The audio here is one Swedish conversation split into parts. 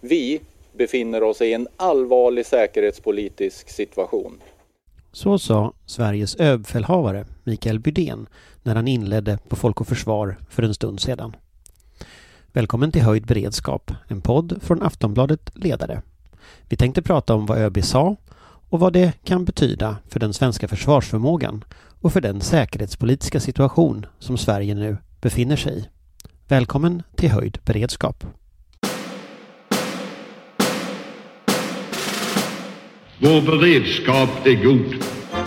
Vi befinner oss i en allvarlig säkerhetspolitisk situation. Så sa Sveriges överbefälhavare Mikael Bydén när han inledde på Folk och Försvar för en stund sedan. Välkommen till Höjd beredskap, en podd från Aftonbladet Ledare. Vi tänkte prata om vad ÖB sa och vad det kan betyda för den svenska försvarsförmågan och för den säkerhetspolitiska situation som Sverige nu befinner sig i. Välkommen till Höjd beredskap. Vår beredskap är god.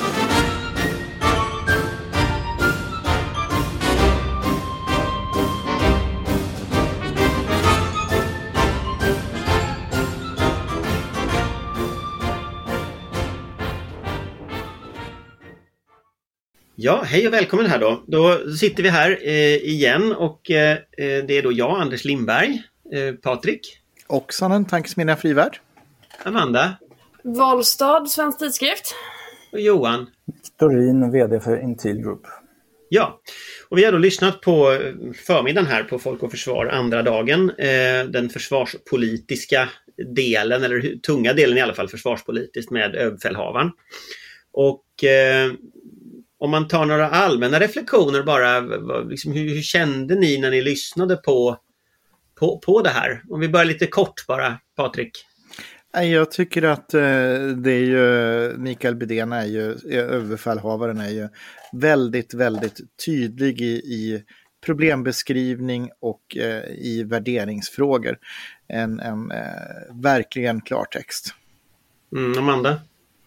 Ja, hej och välkommen här då. Då sitter vi här igen och det är då jag, Anders Lindberg, Patrik. Oksanen, Tankesmedjan Frivärd. Amanda. Valstad, Svensk Tidskrift. Och Johan. Torin, vd för Intil Group. Ja, och vi har då lyssnat på förmiddagen här på Folk och Försvar andra dagen. Den försvarspolitiska delen, eller tunga delen i alla fall försvarspolitiskt med överbefälhavaren. Och om man tar några allmänna reflektioner bara, liksom, hur kände ni när ni lyssnade på det här? Om vi börjar lite kort bara, Patrik. Jag tycker att det är ju, Mikael Bydén är ju, överbefälhavaren är ju väldigt, väldigt tydlig i problembeskrivning och i värderingsfrågor. En verkligen klartext. Amanda?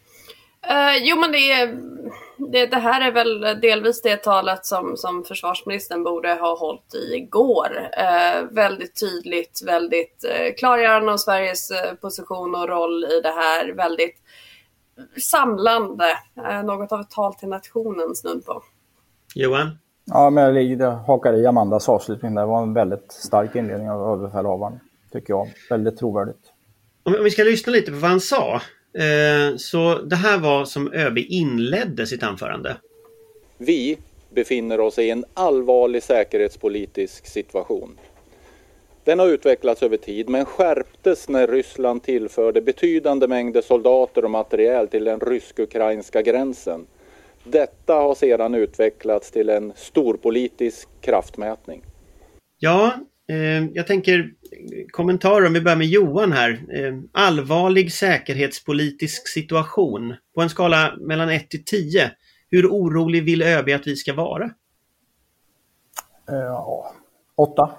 Jo, men det här är väl delvis det talet som försvarsministern borde ha hållit igår. Väldigt tydligt, väldigt klargörande om Sveriges position och roll i det här. Väldigt samlande. Något av ett tal till nationen snudd på. Johan? Ja, men jag hakar i Amandas avslutning. Det var en väldigt stark inledning av överbefälhavaren, tycker jag. Väldigt trovärdigt. Om vi ska lyssna lite på vad han sa. Så det här var som ÖB inledde sitt anförande. Vi befinner oss i en allvarlig säkerhetspolitisk situation. Den har utvecklats över tid men skärptes när Ryssland tillförde betydande mängder soldater och materiel till den rysk-ukrainska gränsen. Detta har sedan utvecklats till en storpolitisk kraftmätning. Ja, jag tänker kommentarer om vi börjar med Johan här. Allvarlig säkerhetspolitisk situation. På en skala mellan 1 till 10. Hur orolig vill ÖB att vi ska vara? 8.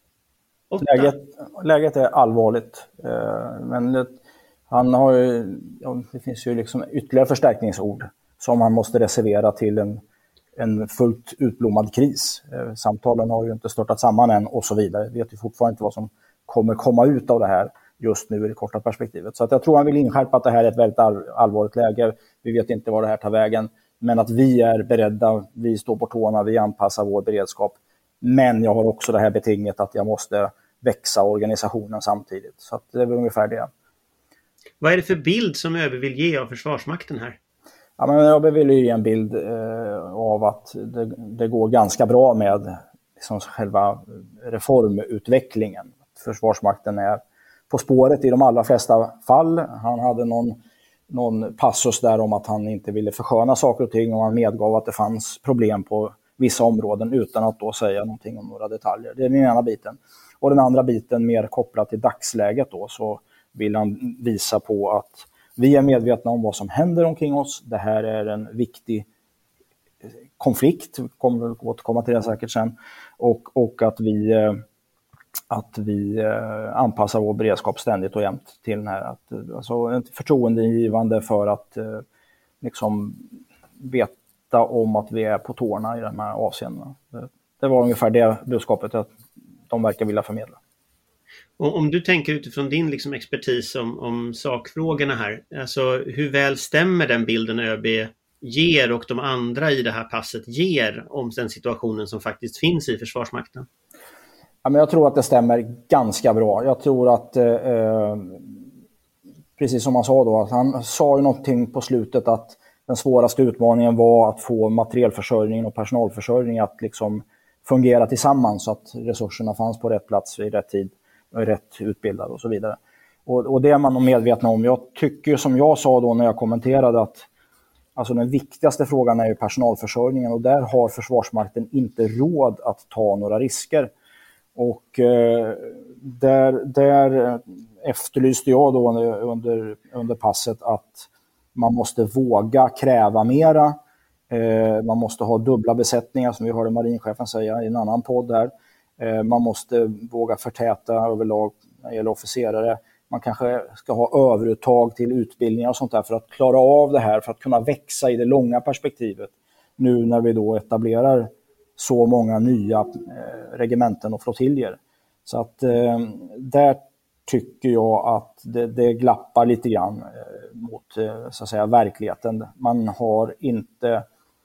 Läget är allvarligt. Men han har ju, det finns ju liksom ytterligare förstärkningsord som han måste reservera till en fullt utblommad kris. Samtalen har ju inte störtat samman än och så vidare. Vi vet ju fortfarande inte vad som kommer komma ut av det här just nu i det korta perspektivet. Så att jag tror han vill inskärpa att det här är ett väldigt allvarligt läge. Vi vet inte var det här tar vägen. Men att vi är beredda, vi står på tårna, vi anpassar vår beredskap. Men jag har också det här betinget att jag måste växa organisationen samtidigt. Så att det är ungefär det. Vad är det för bild som ÖB vill ge av Försvarsmakten här? Ja, men jag vill ju ge en bild av att det går ganska bra med liksom själva reformutvecklingen. Försvarsmakten är på spåret i de allra flesta fall. Han hade någon passus där om att han inte ville försköna saker och ting och han medgav att det fanns problem på vissa områden utan att då säga någonting om några detaljer. Det är den ena biten. Och den andra biten mer kopplat till dagsläget då, så vill han visa på att vi är medvetna om vad som händer omkring oss. Det här är en viktig konflikt. Vi kommer att återkomma till det säkert sen. Och att vi anpassar vår beredskap ständigt och jämt till den här. Alltså ett förtroendegivande för att liksom veta om att vi är på tårna i de här avseendena. Det var ungefär det budskapet att de verkar vilja förmedla. Om du tänker utifrån din liksom expertis om sakfrågorna här, alltså hur väl stämmer den bilden ÖB ger och de andra i det här passet ger om den situationen som faktiskt finns i Försvarsmakten? Ja, men jag tror att det stämmer ganska bra. Jag tror att precis som han sa då, att han sa ju någonting på slutet att den svåraste utmaningen var att få materielförsörjningen och personalförsörjning att liksom fungera tillsammans så att resurserna fanns på rätt plats i rätt tid. är rätt utbildade och så vidare. Och det är man nog medveten om. Jag tycker, som jag sa då när jag kommenterade, att alltså den viktigaste frågan är ju personalförsörjningen, och där har Försvarsmakten inte råd att ta några risker. Och där efterlyste jag då under passet att man måste våga kräva mera. Man måste ha dubbla besättningar, som vi hörde marinchefen säga i en annan podd här. Man måste våga förtäta överlag när det gäller officerare. Man kanske ska ha överuttag till utbildningar och sånt där för att klara av det här, för att kunna växa i det långa perspektivet. Nu när vi då etablerar så många nya regementen och flottiljer. Så att där tycker jag att det glappar lite grann mot så att säga verkligheten. Man har inte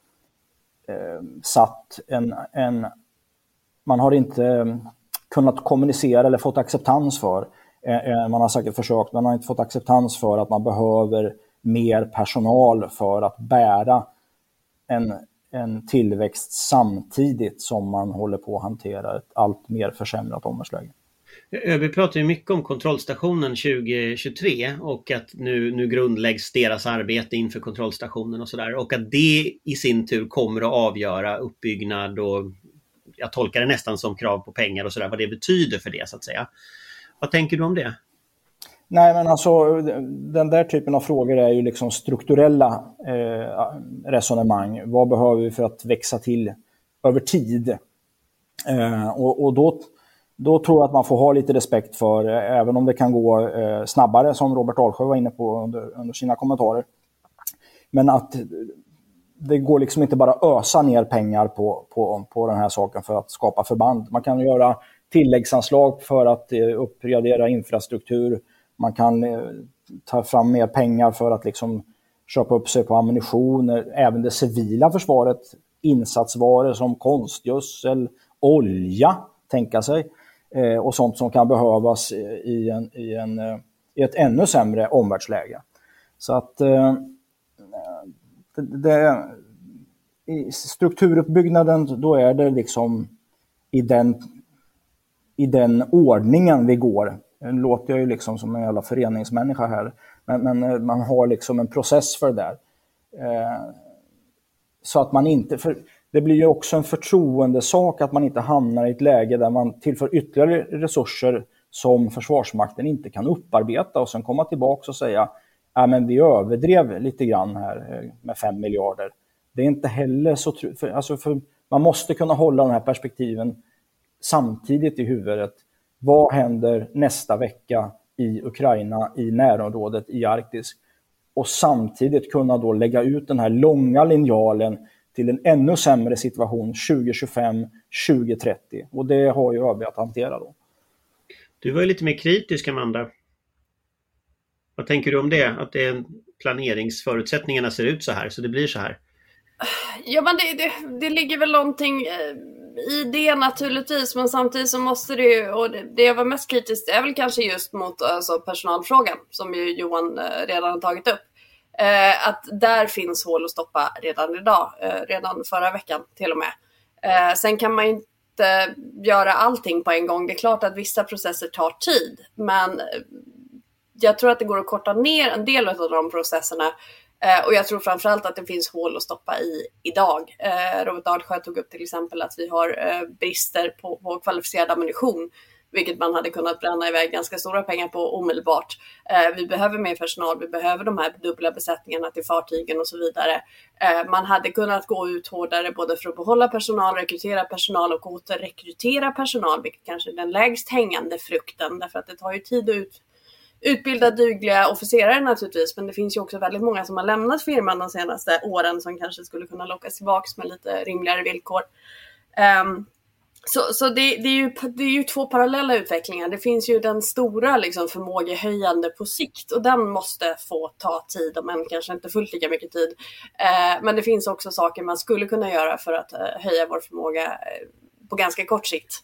man har inte kunnat kommunicera eller fått acceptans för, man har säkert försökt, men man har inte fått acceptans för att man behöver mer personal för att bära en tillväxt samtidigt som man håller på att hantera ett allt mer försämrat omvärldsläge. Vi pratar ju mycket om kontrollstationen 2023 och att nu grundläggs deras arbete inför kontrollstationen och sådär, och att det i sin tur kommer att avgöra uppbyggnad, och jag tolkar det nästan som krav på pengar och sådär, vad det betyder för det så att säga. Vad tänker du om det? Nej, men alltså den där typen av frågor är ju liksom strukturella resonemang. Vad behöver vi för att växa till över tid? Och då tror jag att man får ha lite respekt för, även om det kan gå snabbare, som Robert Alsjö var inne på under sina kommentarer. Men att det går liksom inte bara ösa ner pengar på den här saken för att skapa förband. Man kan göra tilläggsanslag för att uppgradera infrastruktur. Man kan ta fram mer pengar för att liksom köpa upp sig på ammunition. Även det civila försvaret, insatsvaror som konstgödsel, olja, tänka sig. Och sånt som kan behövas i ett ännu sämre omvärldsläge. Så att i strukturuppbyggnaden, då är det liksom i den ordningen vi går. Nu låter jag ju liksom som en jävla föreningsmänniska här, men man har liksom en process för det där. Så att man inte, för det blir ju också en förtroendesak att man inte hamnar i ett läge där man tillför ytterligare resurser som Försvarsmakten inte kan upparbeta och sen komma tillbaka och säga men vi överdrev lite grann här med 5 miljarder. Det är inte heller så... för man måste kunna hålla de här perspektiven samtidigt i huvudet. Vad händer nästa vecka i Ukraina, i närområdet, i Arktis? Och samtidigt kunna då lägga ut den här långa linjalen till en ännu sämre situation 2025, 2030. Och det har ju ÖB att hantera då. Du var ju lite mer kritisk, Amanda. Vad tänker du om det? Att det är planeringsförutsättningarna ser ut så här, så det blir så här? Ja, men det ligger väl någonting i det naturligtvis, men samtidigt så måste det ju, och det jag var mest kritisk är väl kanske just mot alltså, personalfrågan som ju Johan redan har tagit upp. Att där finns hål att stoppa redan idag, redan förra veckan till och med. Sen kan man inte göra allting på en gång. Det är klart att vissa processer tar tid, men jag tror att det går att korta ner en del av de processerna. Och jag tror framförallt att det finns hål att stoppa i idag. Robert Alsjö tog upp till exempel att vi har brister på kvalificerad ammunition, vilket man hade kunnat bränna iväg ganska stora pengar på omedelbart. Vi behöver mer personal, vi behöver de här dubbla besättningarna till fartygen och så vidare. Man hade kunnat gå ut hårdare både för att behålla personal, rekrytera personal och återrekrytera personal, vilket kanske är den lägst hängande frukten, därför att det tar ju tid att utbilda dugliga officerare naturligtvis, men det finns ju också väldigt många som har lämnat firman de senaste åren som kanske skulle kunna lockas tillbaka med lite rimligare villkor. Så det är ju två parallella utvecklingar. Det finns ju den stora liksom, förmågehöjande på sikt, och den måste få ta tid, men kanske inte fullt lika mycket tid. Men det finns också saker man skulle kunna göra för att höja vår förmåga på ganska kort sikt.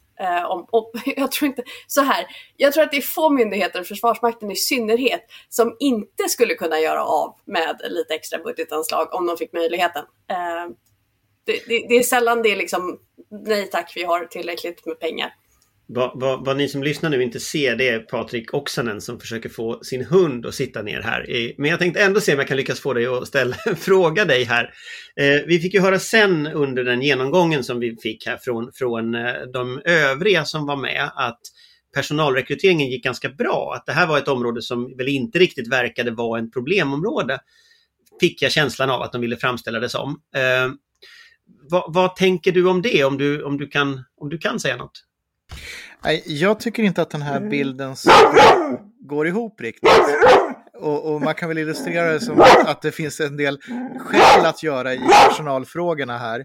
Jag tror att det är få myndigheter, Försvarsmakten i synnerhet, som inte skulle kunna göra av med lite extra budgetanslag om de fick möjligheten. Det är sällan det är liksom nej tack, vi har tillräckligt med pengar. Vad ni som lyssnar nu inte ser, det är Patrik Oksanen som försöker få sin hund att sitta ner här. Men jag tänkte ändå se om jag kan lyckas få dig att fråga dig här. Vi fick ju höra sen under den genomgången som vi fick här från de övriga som var med att personalrekryteringen gick ganska bra. Att det här var ett område som väl inte riktigt verkade vara ett problemområde. Fick jag känslan av att de ville framställa det som. Vad tänker du om det? Om du kan säga något? Jag tycker inte att den här bilden går ihop riktigt. Och man kan väl illustrera det som att det finns en del skäl att göra i personalfrågorna här.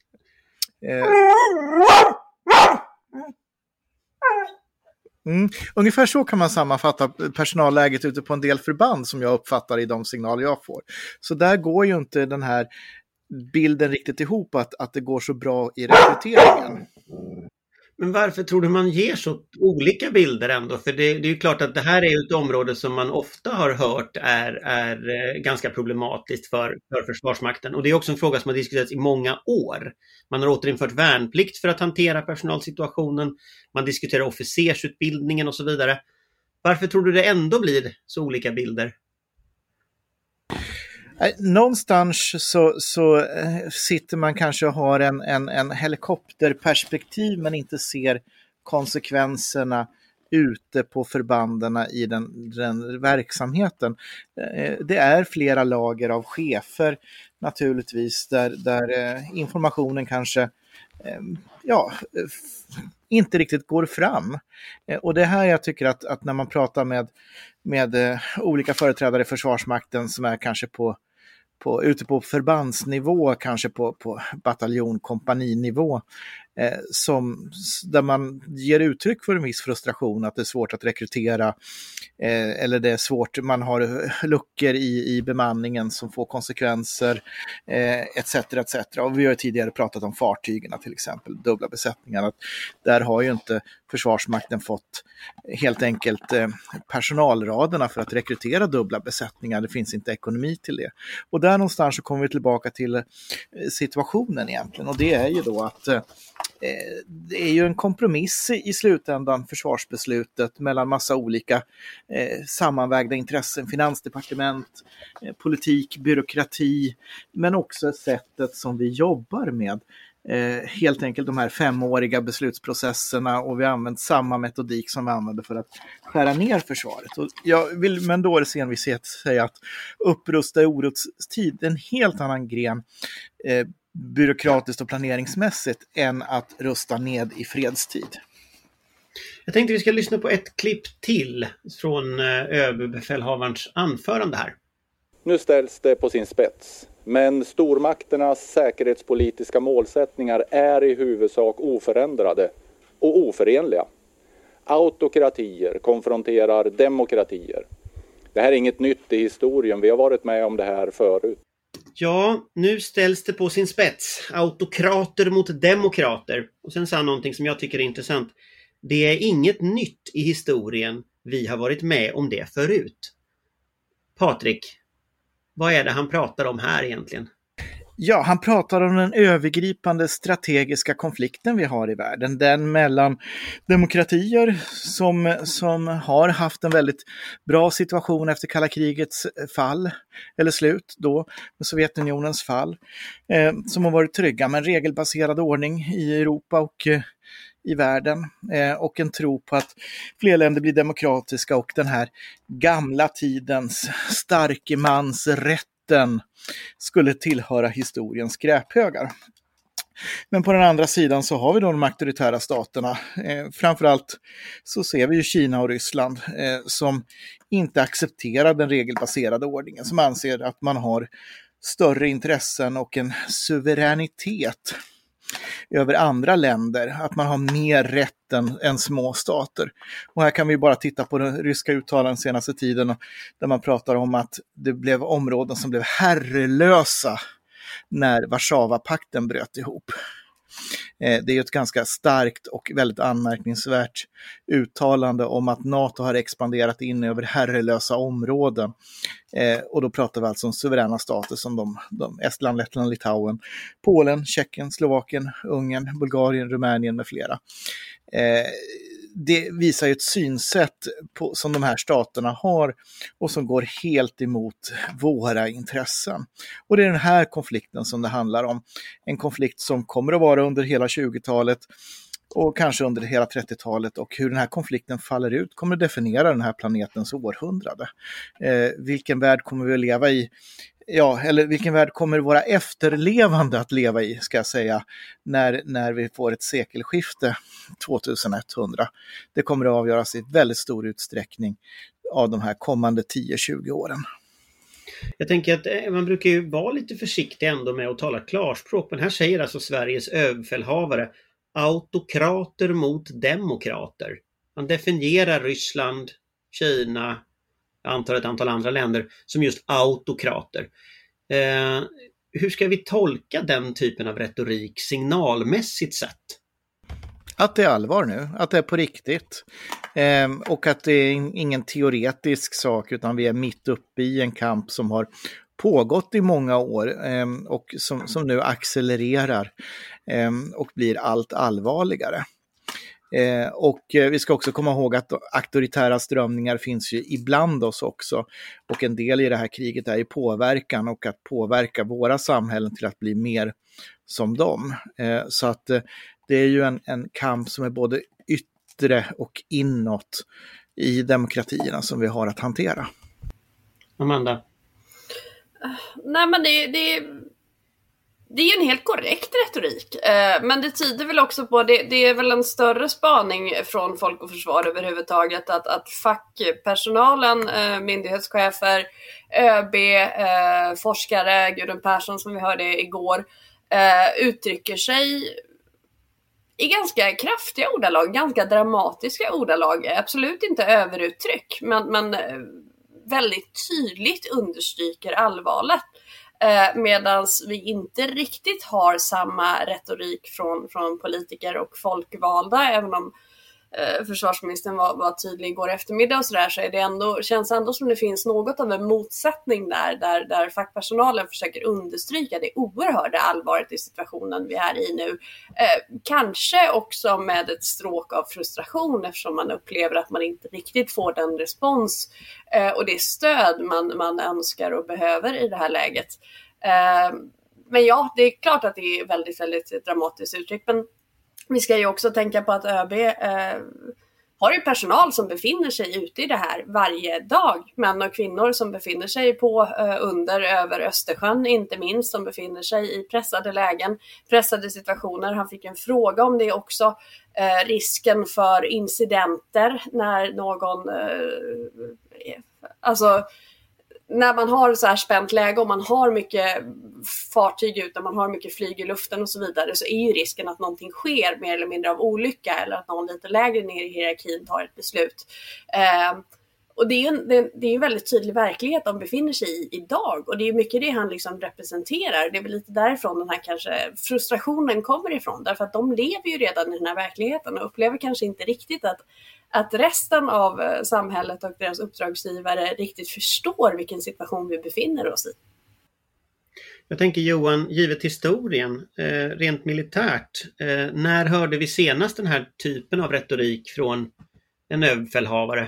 Ungefär så kan man sammanfatta personalläget ute på en del förband som jag uppfattar i de signaler jag får. Så där går ju inte den här bilden riktigt ihop att det går så bra i rekryteringen. Men varför tror du man ger så olika bilder ändå? För det är ju klart att det här är ett område som man ofta har hört är ganska problematiskt för Försvarsmakten. Och det är också en fråga som har diskuterats i många år. Man har återinfört värnplikt för att hantera personalsituationen. Man diskuterar officersutbildningen och så vidare. Varför tror du det ändå blir så olika bilder? Någonstans så sitter man kanske och har en helikopterperspektiv men inte ser konsekvenserna ute på förbanden i den verksamheten. Det är flera lager av chefer naturligtvis där informationen kanske inte riktigt går fram. Och det här jag tycker att när man pratar med olika företrädare i Försvarsmakten som är kanske ute på förbandsnivå, kanske på bataljon, kompaninivå, där man ger uttryck för en viss frustration att det är svårt att rekrytera eller det är svårt, man har luckor i bemanningen som får konsekvenser etc. Och vi har tidigare pratat om fartygen till exempel, dubbla besättningar, att där har ju inte Försvarsmakten fått helt enkelt personalraderna för att rekrytera dubbla besättningar, det finns inte ekonomi till det. Och där någonstans så kommer vi tillbaka till situationen egentligen, och det är ju då att det är ju en kompromiss i slutändan, försvarsbeslutet, mellan massa olika sammanvägda intressen, finansdepartement, politik, byråkrati, men också sättet som vi jobbar med. Helt enkelt de här 5-åriga beslutsprocesserna, och vi har använt samma metodik som vi använder för att skära ner försvaret. Och jag vill med en dåres envishet säga att upprusta i orostid är en helt annan gren byråkratiskt och planeringsmässigt än att rusta ned i fredstid. Jag tänkte vi ska lyssna på ett klipp till från överbefälhavarens anförande här. Nu ställs det på sin spets. Men stormakternas säkerhetspolitiska målsättningar är i huvudsak oförändrade och oförenliga. Autokratier konfronterar demokratier. Det här är inget nytt i historien, vi har varit med om det här förut. Ja, nu ställs det på sin spets. Autokrater mot demokrater. Och sen sa han någonting som jag tycker är intressant. Det är inget nytt i historien, vi har varit med om det förut. Patrik, vad är det han pratar om här egentligen? Ja, han pratar om den övergripande strategiska konflikten vi har i världen. Den mellan demokratier som har haft en väldigt bra situation efter kalla krigets fall, eller slut då, med Sovjetunionens fall, som har varit trygga med en regelbaserad ordning i Europa och i världen, och en tro på att fler länder blir demokratiska och den här gamla tidens starke mans rätten skulle tillhöra historiens skräphögar. Men på den andra sidan så har vi då de auktoritära staterna. Framförallt så ser vi ju Kina och Ryssland som inte accepterar den regelbaserade ordningen, som anser att man har större intressen och en suveränitet över andra länder, att man har mer rätt än små stater. Och här kan vi bara titta på den ryska uttalanden senaste tiden där man pratar om att det blev områden som blev herrelösa när Warszawapakten bröt ihop. Det är ett ganska starkt och väldigt anmärkningsvärt uttalande om att NATO har expanderat in över herrelösa områden. Och då pratar vi alltså om suveräna stater som de Estland, Lettland, Litauen, Polen, Tjeckien, Slovakien, Ungern, Bulgarien, Rumänien med flera. det visar ju ett synsätt som de här staterna har och som går helt emot våra intressen. Och det är den här konflikten som det handlar om. En konflikt som kommer att vara under hela 20-talet och kanske under hela 30-talet, och hur den här konflikten faller ut kommer att definiera den här planetens århundrade. Vilken värld kommer vi att leva i? Ja, eller vilken värld kommer våra efterlevande att leva i, ska jag säga, när vi får ett sekelskifte 2100. Det kommer att avgöras i väldigt stor utsträckning av de här kommande 10-20 åren. Jag tänker att man brukar ju vara lite försiktig ändå med att tala klarspråk, men här säger alltså Sveriges överbefälhavare autokrater mot demokrater. Man definierar Ryssland, Kina, jag antar ett antal andra länder som just autokrater. Hur ska vi tolka den typen av retorik signalmässigt sett? Att det är allvar nu, att det är på riktigt. Och att det är ingen teoretisk sak, utan vi är mitt uppe i en kamp som har pågått i många år och som nu accelererar och blir allt allvarligare. Och vi ska också komma ihåg att auktoritära strömningar finns ju ibland oss också, och en del i det här kriget är ju påverkan och att påverka våra samhällen till att bli mer som dem. Så att det är ju en kamp som är både yttre och inåt i demokratierna som vi har att hantera. Amanda? Nej, men det är ju en helt korrekt retorik, men det tyder väl också på, det är väl en större spaning från Folk och Försvar överhuvudtaget, att fackpersonalen, myndighetschefer, ÖB, forskare, Gudrun Persson som vi hörde igår, uttrycker sig i ganska kraftiga ordalag, ganska dramatiska ordalag, absolut inte överuttryck, men väldigt tydligt understryker allvaret. Medan vi inte riktigt har samma retorik från politiker och folkvalda, även om försvarsministern var tydlig igår eftermiddag och sådär, så är det känns ändå som det finns något av en motsättning där fackpersonalen försöker understryka det oerhörda allvaret i situationen vi är i nu. Kanske också med ett stråk av frustration, eftersom man upplever att man inte riktigt får den respons och det stöd man önskar och behöver i det här läget. Men ja, det är klart att det är väldigt, väldigt dramatiskt uttryck, men vi ska ju också tänka på att ÖB har ju personal som befinner sig ute i det här varje dag. Män och kvinnor som befinner sig över Östersjön, inte minst, som befinner sig i pressade lägen, pressade situationer. Han fick en fråga om det också. Risken för incidenter när någon... när man har så här spänt läge och man har mycket fartyg ute, man har mycket flyg i luften och så vidare, så är ju risken att någonting sker mer eller mindre av olycka eller att någon lite lägre ner i hierarkin tar ett beslut. Och det är en väldigt tydlig verklighet de befinner sig i idag, och det är mycket det han liksom representerar. Det är väl lite därifrån den här kanske frustrationen kommer ifrån, därför att de lever ju redan i den här verkligheten och upplever kanske inte riktigt att resten av samhället och deras uppdragsgivare riktigt förstår vilken situation vi befinner oss i. Jag tänker, Johan, givet historien, rent militärt, när hörde vi senast den här typen av retorik från en överbefälhavare?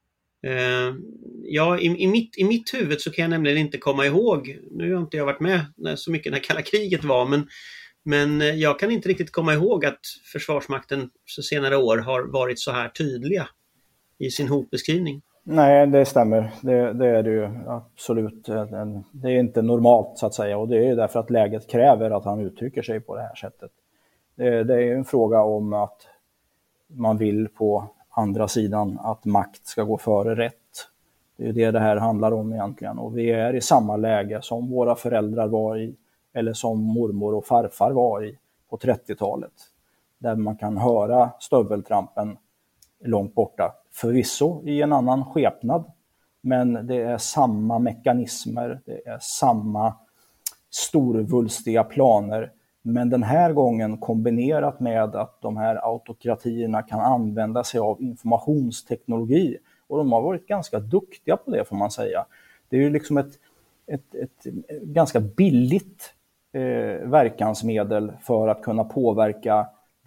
Ja, i mitt huvud så kan jag nämligen inte komma ihåg, nu har inte jag varit med så mycket när kalla kriget var, men jag kan inte riktigt komma ihåg att Försvarsmakten så senare år har varit så här tydliga i sin hotbeskrivning. Nej, det stämmer. Det är det ju absolut. Det är inte normalt så att säga, och det är ju därför att läget kräver att han uttrycker sig på det här sättet. Det är en fråga om att man vill på andra sidan att makt ska gå före rätt. Det är det här handlar om egentligen, och vi är i samma läge som våra föräldrar var i, eller som mormor och farfar var i på 30-talet. Där man kan höra stöveltrampen långt borta. Förvisso i en annan skepnad, men det är samma mekanismer, det är samma storvulstiga planer. Men den här gången kombinerat med att de här autokratierna kan använda sig av informationsteknologi. Och de har varit ganska duktiga på det, får man säga. Det är ju liksom ett ganska billigt verkansmedel för att kunna påverka dels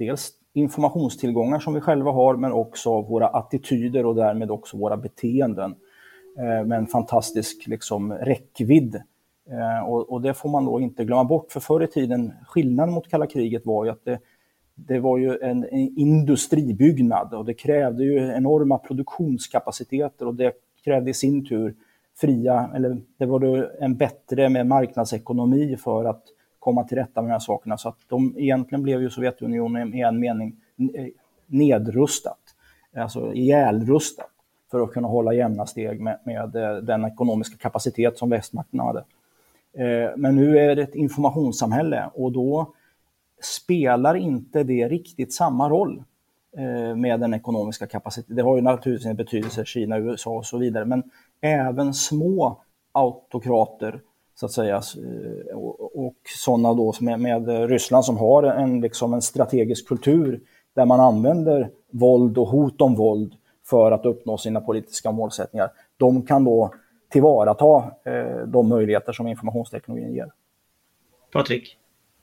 informationstillgångar som vi själva har, men också våra attityder och därmed också våra beteenden med en fantastisk liksom räckvidd. Och det får man då inte glömma bort, för förr i tiden, skillnaden mot kalla kriget var ju att det var ju en industribyggnad och det krävde ju enorma produktionskapaciteter, och det krävde i sin tur det var då en bättre med marknadsekonomi för att komma till rätta med de här sakerna. Så att egentligen blev ju Sovjetunionen i en mening nedrustat, alltså ihjälrustat, för att kunna hålla jämna steg med den ekonomiska kapacitet som västmakterna hade. Men nu är det ett informationssamhälle, och då spelar inte det riktigt samma roll med den ekonomiska kapaciteten. Det har ju naturligtvis en betydelse, Kina, USA och så vidare, men även små autokrater så att säga, och sådana då med Ryssland som har en strategisk kultur där man använder våld och hot om våld för att uppnå sina politiska målsättningar. De kan då tillvarata de möjligheter som informationsteknologin ger. Patrik?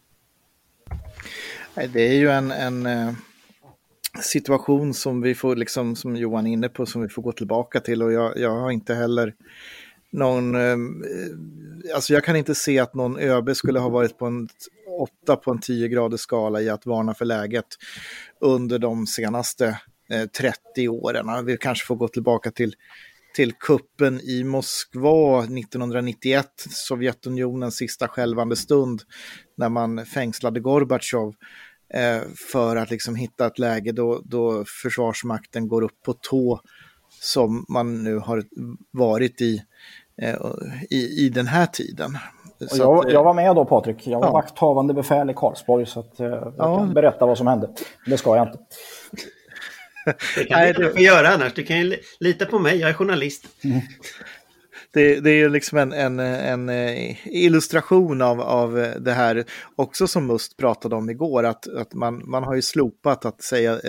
Det är ju en situation som vi får, liksom, som Johan är inne på, som vi får gå tillbaka till, och jag har inte heller någon, alltså jag kan inte se att någon ÖB skulle ha varit på en 8 på en 10-gradig skala i att varna för läget under de senaste 30 åren. Vi kanske får gå tillbaka till kuppen i Moskva 1991, Sovjetunionens sista skälvande stund, när man fängslade Gorbatjov för att liksom hitta ett läge då försvarsmakten går upp på tå, som man nu har varit i den här tiden. Jag var med då, Patrik. Jag var vakthavande befäl i Karlsborg, så att jag kan berätta vad som hände. Det ska jag inte. Det kan du få göra annars. Du kan ju lita på mig, jag är journalist. Mm. Det är ju liksom en illustration av det här också, som Must pratade om igår, att man har ju slopat att säga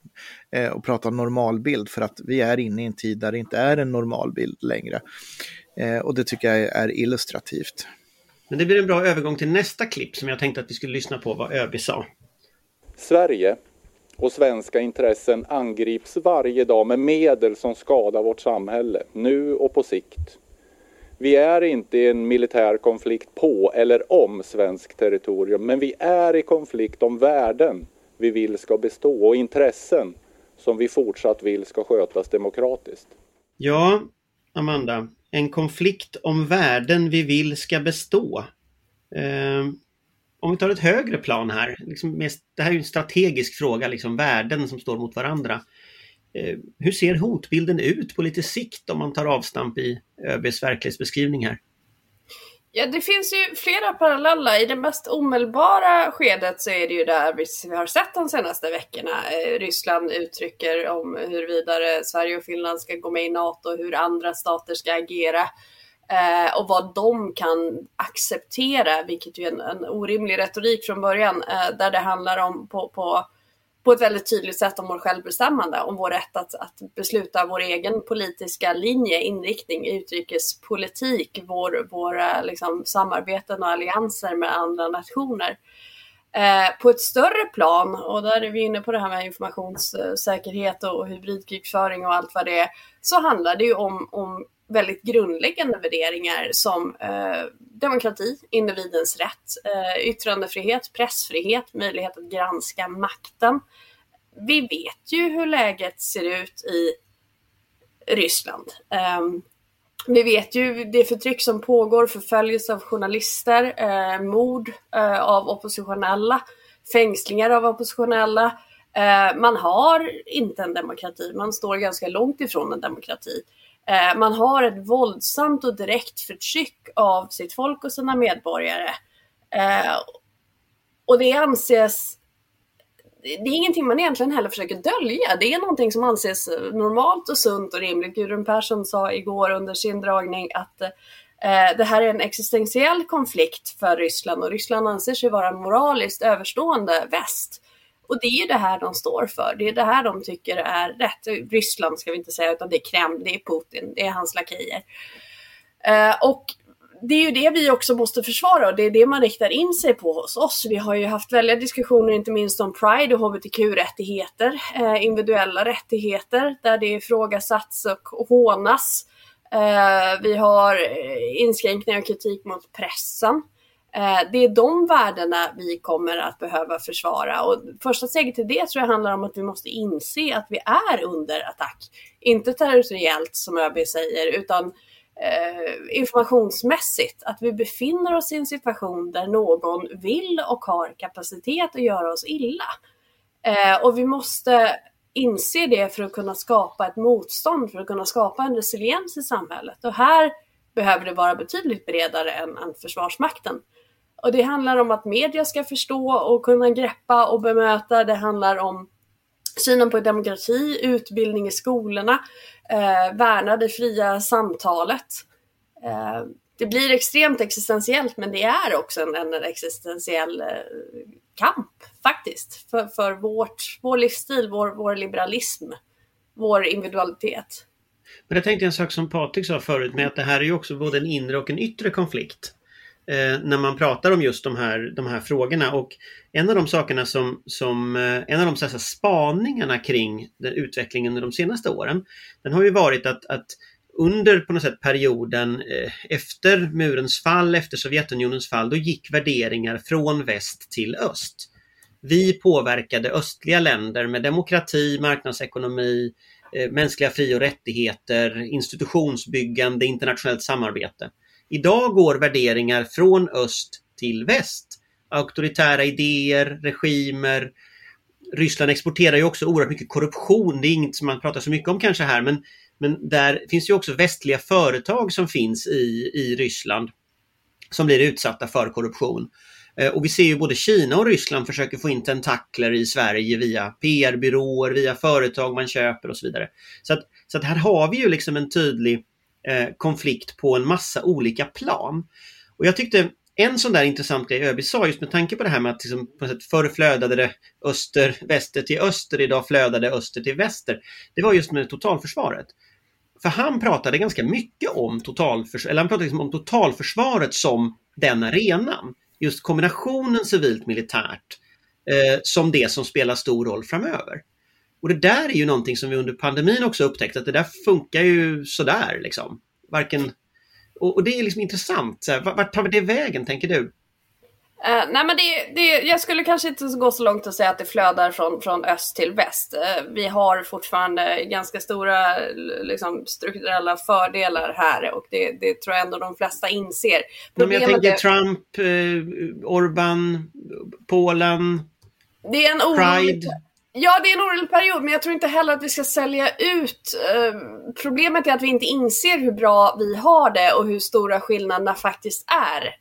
och prata normalbild, för att vi är inne i en tid där det inte är en normalbild längre. Och det tycker jag är illustrativt. Men det blir en bra övergång till nästa klipp som jag tänkte att vi skulle lyssna på vad ÖB sa. Sverige och svenska intressen angrips varje dag med medel som skadar vårt samhälle, nu och på sikt. Vi är inte i en militär konflikt på eller om svenskt territorium, men vi är i konflikt om värden vi vill ska bestå och intressen som vi fortsatt vill ska skötas demokratiskt. Ja, Amanda, en konflikt om värden vi vill ska bestå. Om vi tar ett högre plan här, liksom det här är ju en strategisk fråga, liksom värden som står mot varandra. Hur ser hotbilden ut på lite sikt om man tar avstamp i ÖBs verklighetsbeskrivning här? Ja, det finns ju flera paralleller. I det mest omedelbara skedet så är det ju där vi har sett de senaste veckorna. Ryssland uttrycker om huruvida Sverige och Finland ska gå med i NATO, hur andra stater ska agera och vad de kan acceptera, vilket ju är en orimlig retorik från början, där det handlar om på ett väldigt tydligt sätt om vår självbestämmande, om vår rätt att besluta vår egen politiska linje, inriktning, utrikespolitik, våra liksom samarbeten och allianser med andra nationer. På ett större plan, och där är vi inne på det här med informationssäkerhet och hybridkrigföring och allt vad det är, så handlar det ju om väldigt grundläggande värderingar som demokrati, individens rätt, yttrandefrihet, pressfrihet, möjlighet att granska makten. Vi vet ju hur läget ser ut i Ryssland. Vi vet ju det förtryck som pågår, förföljelse av journalister, mord av oppositionella, fängslingar av oppositionella. Man har inte en demokrati, man står ganska långt ifrån en demokrati. Man har ett våldsamt och direkt förtryck av sitt folk och sina medborgare. Och det anses... Det är ingenting man egentligen heller försöker dölja. Det är någonting som anses normalt och sunt och rimligt. Gudrun Persson sa igår under sin dragning att det här är en existentiell konflikt för Ryssland. Och Ryssland anser sig vara moraliskt överstående väst. Och det är ju det här de står för. Det är det här de tycker är rätt. Ryssland ska vi inte säga, utan det är Kreml, det är Putin, det är hans lakejer. Och det är ju det vi också måste försvara, och det är det man riktar in sig på hos oss. Vi har ju haft väldiga diskussioner inte minst om Pride och hbtq-rättigheter, individuella rättigheter där det ifrågasatts och hånas. Vi har inskränkningar och kritik mot pressen. Det är de värdena vi kommer att behöva försvara, och första steget till det tror jag handlar om att vi måste inse att vi är under attack. Inte territoriellt som ÖB säger, utan informationsmässigt, att vi befinner oss i en situation där någon vill och har kapacitet att göra oss illa. Och vi måste inse det för att kunna skapa ett motstånd, för att kunna skapa en resiliens i samhället. Och här behöver det vara betydligt bredare än Försvarsmakten. Och det handlar om att media ska förstå och kunna greppa och bemöta. Det handlar om synen på demokrati, utbildning i skolorna, värna det fria samtalet. Det blir extremt existentiellt, men det är också en existentiell kamp faktiskt för vår livsstil, vår liberalism, vår individualitet. Men jag tänkte en sak som Patrik sa förut, med att det här är ju också både en inre och en yttre konflikt när man pratar om just de här frågorna. Och en av de sakerna en av de så här spaningarna kring den utvecklingen under de senaste åren, den har ju varit att under på något sätt perioden efter murens fall, efter Sovjetunionens fall, då gick värderingar från väst till öst. Vi påverkade östliga länder med demokrati, marknadsekonomi, mänskliga fri- och rättigheter, institutionsbyggande, internationellt samarbete. Idag går värderingar från öst till väst. Auktoritära idéer, regimer. Ryssland exporterar ju också oerhört mycket korruption. Det är inget som man pratar så mycket om kanske här, men där finns ju också västliga företag som finns i Ryssland som blir utsatta för korruption. Och vi ser ju både Kina och Ryssland försöker få in tentakler i Sverige via PR-byråer, via företag man köper och så vidare. Så att här har vi ju liksom en tydlig konflikt på en massa olika plan. Och jag tyckte en sån där intressant grej ÖB sa, just med tanke på det här med att liksom, på något sätt förr flödade det väster till öster, idag flödade öster till väster. Det var just med totalförsvaret. För han pratade ganska mycket om om totalförsvaret som den arenan. Just kombinationen civilt-militärt som det som spelar stor roll framöver. Och det där är ju någonting som vi under pandemin också upptäckt, att det där funkar ju sådär liksom. Och det är liksom intressant. Vart tar vi det vägen, tänker du? Nej, men jag skulle kanske inte gå så långt att säga att det flödar från öst till väst. Vi har fortfarande ganska stora liksom, strukturella fördelar här, och det tror jag ändå de flesta inser. Men jag tänker Trump, Orban, Polen, det är en Pride. Ja, det är en orolig period, men jag tror inte heller att vi ska sälja ut. Problemet är att vi inte inser hur bra vi har det och hur stora skillnaderna faktiskt är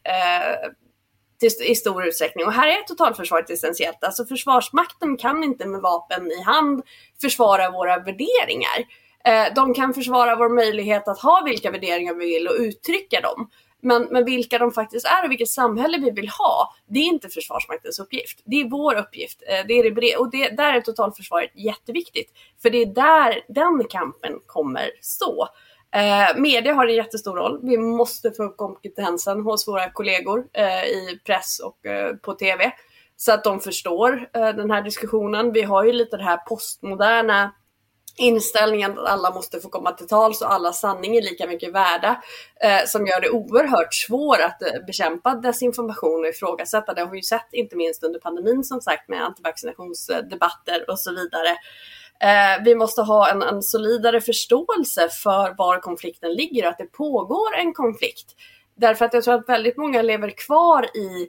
i stor utsträckning. Och här är totalförsvaret essentiellt. Alltså Försvarsmakten kan inte med vapen i hand försvara våra värderingar. De kan försvara vår möjlighet att ha vilka värderingar vi vill och uttrycka dem. Men vilka de faktiskt är och vilket samhälle vi vill ha, det är inte Försvarsmaktens uppgift. Det är vår uppgift. Där är totalförsvaret jätteviktigt. För det är där den kampen kommer stå. Media har en jättestor roll. Vi måste få upp kompetensen hos våra kollegor i press och på tv. Så att de förstår den här diskussionen. Vi har ju lite det här postmoderna inställningen att alla måste få komma till tals och alla sanning är lika mycket värda, som gör det oerhört svårt att bekämpa desinformation och ifrågasätta. Det har vi ju sett inte minst under pandemin, som sagt, med antivaccinationsdebatter och så vidare. Vi måste ha en solidare förståelse för var konflikten ligger och att det pågår en konflikt. Därför att jag tror att väldigt många lever kvar i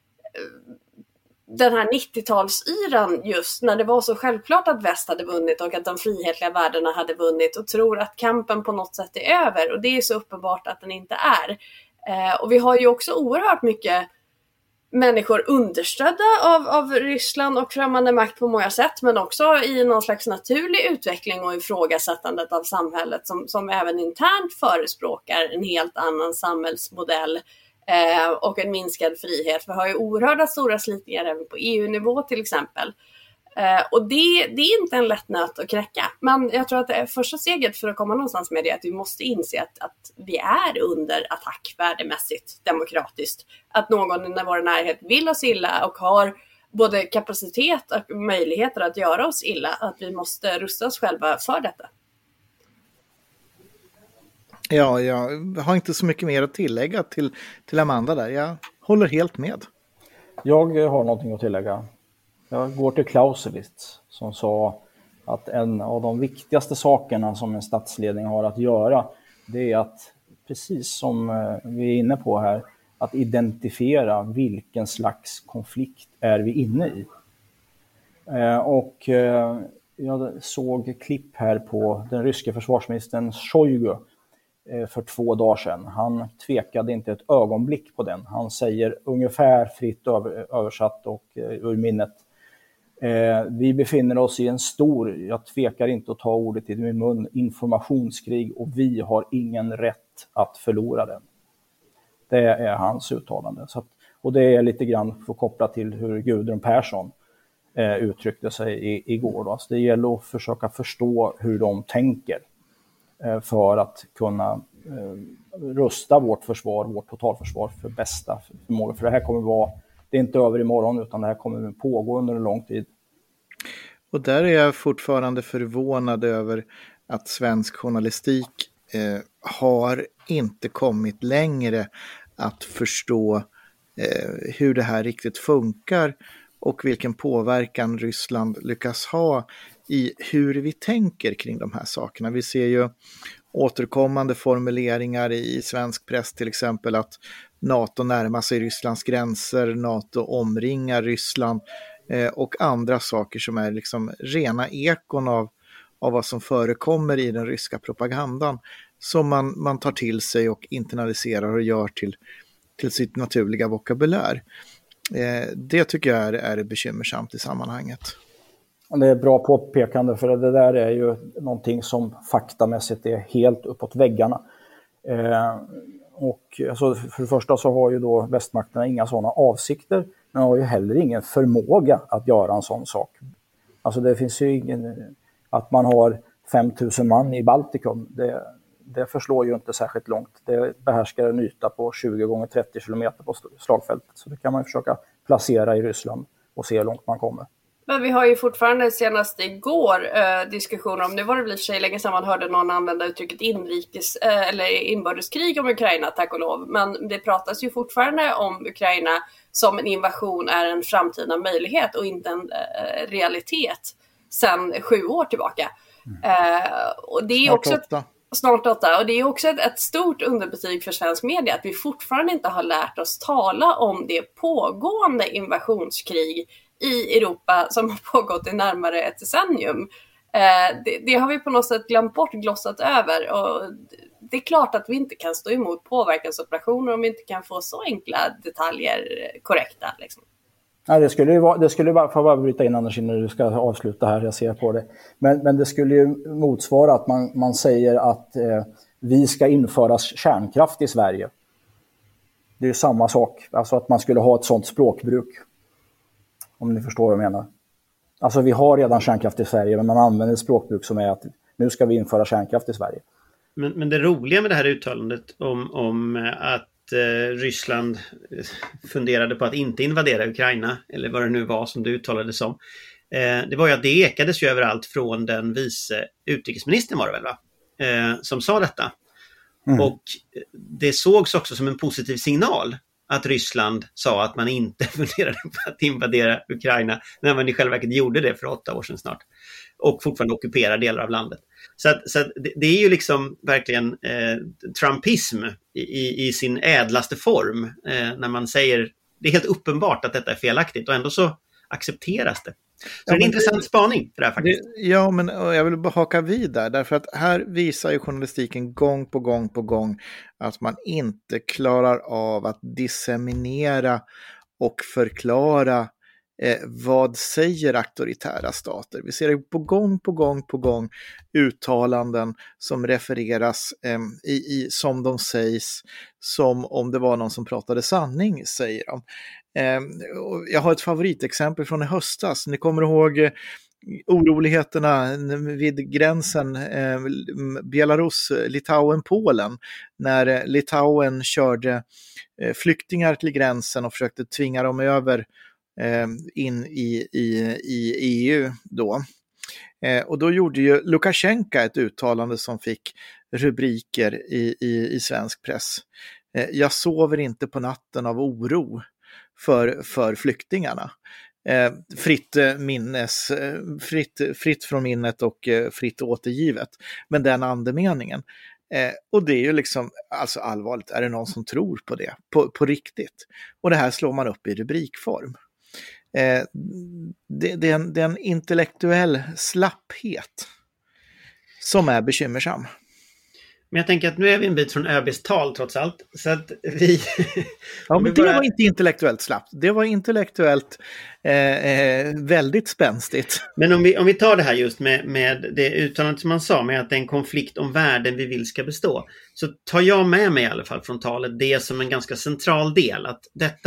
den här 90-talsyran, just när det var så självklart att väst hade vunnit och att de frihetliga värdena hade vunnit, och tror att kampen på något sätt är över, och det är så uppenbart att den inte är. Och vi har ju också oerhört mycket människor understödda av Ryssland och främmande makt på många sätt, men också i någon slags naturlig utveckling och ifrågasättandet av samhället som även internt förespråkar en helt annan samhällsmodell och en minskad frihet. Vi har ju oerhörda stora slitningar även på EU-nivå till exempel. Och det är inte en lätt nöt att knäcka. Men jag tror att det är första steget för att komma någonstans med det att vi måste inse att vi är under attack värdemässigt, demokratiskt. Att någon i vår närhet vill oss illa och har både kapacitet och möjligheter att göra oss illa. Att vi måste rusta oss själva för detta. Ja, jag har inte så mycket mer att tillägga till Amanda där. Jag håller helt med. Jag har någonting att tillägga. Jag går till Clausewitz som sa att en av de viktigaste sakerna som en statsledning har att göra, det är att, precis som vi är inne på här, att identifiera vilken slags konflikt är vi inne i. Och jag såg klipp här på den ryska försvarsministern Shoigu för 2 dagar sedan. Han tvekade inte ett ögonblick på den. Han säger ungefär fritt översatt och ur minnet: vi befinner oss i en stor, jag tvekar inte att ta ordet i min mun, informationskrig, och vi har ingen rätt att förlora den. Det är hans uttalande. Så att, och det är lite grann för att koppla till hur Gudrun Persson uttryckte sig igår. Då. Så det gäller att försöka förstå hur de tänker för att kunna rusta vårt försvar, vårt totalförsvar för bästa förmåga. För det här kommer det är inte över imorgon, utan det här kommer pågå under en lång tid. Och där är jag fortfarande förvånad över att svensk journalistik har inte kommit längre att förstå hur det här riktigt funkar och vilken påverkan Ryssland lyckas ha i hur vi tänker kring de här sakerna. Vi ser ju återkommande formuleringar i svensk press, till exempel att NATO närmar sig Rysslands gränser, NATO omringar Ryssland och andra saker som är liksom rena ekon av vad som förekommer i den ryska propagandan, som man tar till sig och internaliserar och gör till sitt naturliga vokabulär. Det tycker jag är bekymmersamt i sammanhanget. Det är bra påpekande, för det där är ju någonting som faktamässigt är helt uppåt väggarna. Och alltså, för det första så har ju då västmakterna inga sådana avsikter, men har ju heller ingen förmåga att göra en sån sak. Alltså det finns ju ingen, att man har 5000 man i Baltikum, det förslår ju inte särskilt långt. Det behärskar en yta på 20 gånger 30 kilometer på slagfältet. Så det kan man försöka placera i Ryssland och se hur långt man kommer. Men vi har ju fortfarande senast igår diskussioner om, nu var det väl i och för sig länge sedan man hörde någon använda uttrycket inbördeskrig om Ukraina, tack och lov. Men det pratas ju fortfarande om Ukraina som en invasion är en framtida möjlighet och inte en realitet sedan 7 år tillbaka. Och det är också snart 8. Och det är också ett stort underbetyg för svensk media att vi fortfarande inte har lärt oss tala om det pågående invasionskrig i Europa som har pågått i närmare ett decennium. Det har vi på något sätt glömt bort, glossat över. Och det är klart att vi inte kan stå emot påverkansoperationer om vi inte kan få så enkla detaljer korrekta. Liksom. Ja, det skulle bara bryta in, Anders, när du ska avsluta här, jag ser på det. Men det skulle ju motsvara att man säger att vi ska införa kärnkraft i Sverige. Det är ju samma sak, alltså att man skulle ha ett sånt språkbruk. Om ni förstår vad jag menar. Alltså vi har redan kärnkraft i Sverige, men man använder ett språkbruk som är att nu ska vi införa kärnkraft i Sverige. Men det roliga med det här uttalandet om att Ryssland funderade på att inte invadera Ukraina, eller vad det nu var som det uttalades som, det var ju att det ekades ju överallt från den vice utrikesministern, var det väl, va? Som sa detta. Och det sågs också som en positiv signal att Ryssland sa att man inte funderade på att invadera Ukraina, när man i själva verket gjorde det för 8 år sedan snart. Och fortfarande ockuperar delar av landet. Så det är ju liksom verkligen trumpism i sin ädlaste form. När man säger, det är helt uppenbart att detta är felaktigt och ändå så accepteras det. Så det är en intressant spaning för det här faktiskt. Ja, men jag vill bara haka vid där, därför att här visar ju journalistiken gång på gång att man inte klarar av att disseminera och förklara vad säger auktoritära stater. Vi ser på gång uttalanden som refereras som de sägs, som om det var någon som pratade sanning, säger de. Jag har ett favoritexempel från i höstas. Ni kommer ihåg oroligheterna vid gränsen Belarus, Litauen, Polen, när Litauen körde flyktingar till gränsen och försökte tvinga dem över in i EU då. Och då gjorde ju Lukasjenko ett uttalande som fick rubriker i svensk press. Jag sover inte på natten av oro för flyktingarna. Fritt från minnet och fritt återgivet. Men den andemeningen. Och det är ju liksom alltså allvarligt. Är det någon som tror på det? På riktigt? Och det här slår man upp i rubrikform. Det är en intellektuell slapphet som är bekymmersam. Men jag tänker att nu är vi en bit från ÖBs tal trots allt. Så att vi... Ja, men det var inte intellektuellt slappt. Det var intellektuellt väldigt spänstigt. Men om vi tar det här just med det uttalandet som man sa, med att det är en konflikt om värden vi vill ska bestå. Så tar jag med mig i alla fall från talet det som en ganska central del. Att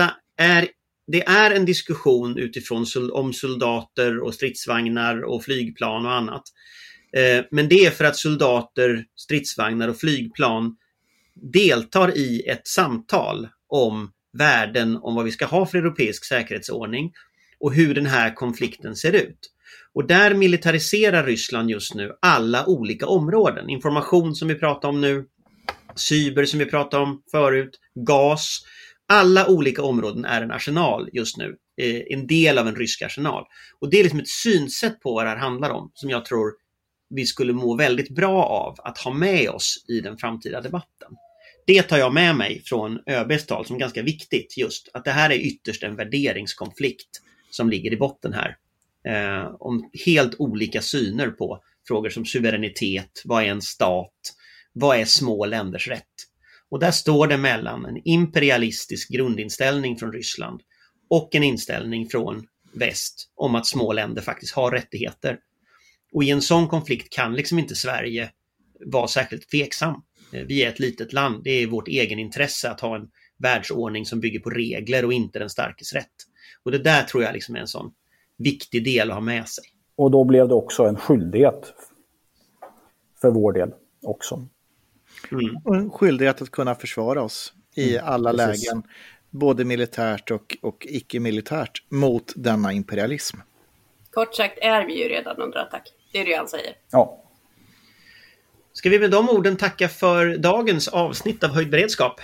det är en diskussion utifrån om soldater och stridsvagnar och flygplan och annat. Men det är för att soldater, stridsvagnar och flygplan deltar i ett samtal om värden, om vad vi ska ha för europeisk säkerhetsordning och hur den här konflikten ser ut. Och där militariserar Ryssland just nu alla olika områden. Information som vi pratar om nu, cyber som vi pratade om förut, gas. Alla olika områden är en arsenal just nu. En del av en rysk arsenal. Och det är liksom ett synsätt på vad det här handlar om som jag tror vi skulle må väldigt bra av att ha med oss i den framtida debatten. Det tar jag med mig från ÖBs tal som ganska viktigt, just att det här är ytterst en värderingskonflikt som ligger i botten här. Om helt olika syner på frågor som suveränitet, vad är en stat, vad är små länders rätt? Och där står det mellan en imperialistisk grundinställning från Ryssland och en inställning från väst om att små länder faktiskt har rättigheter. Och i en sån konflikt kan liksom inte Sverige vara särskilt tveksam. Vi är ett litet land. Det är vårt egen intresse att ha en världsordning som bygger på regler och inte den starkes rätt. Och det där tror jag liksom är en sån viktig del att ha med sig. Och då blev det också en skyldighet för vår del också. Och en skyldighet att kunna försvara oss i alla lägen, både militärt och icke-militärt, mot denna imperialism. Kort sagt är vi ju redan under attack. Det är det han säger. Ja. Ska vi med de orden tacka för dagens avsnitt av Höjd beredskap?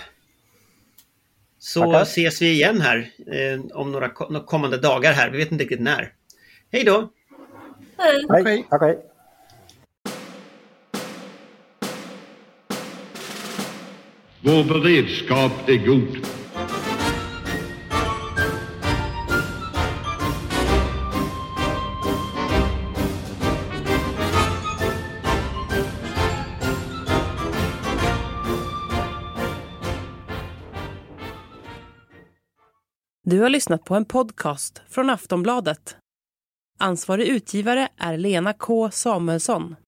Så Tackar. ses vi igen här om några kommande dagar här. Vi vet inte riktigt när. Hej då! Hej! Hej. Tack, hej. Vår beredskap är god. Du har lyssnat på en podcast från Aftonbladet. Ansvarig utgivare är Lena K. Samuelsson.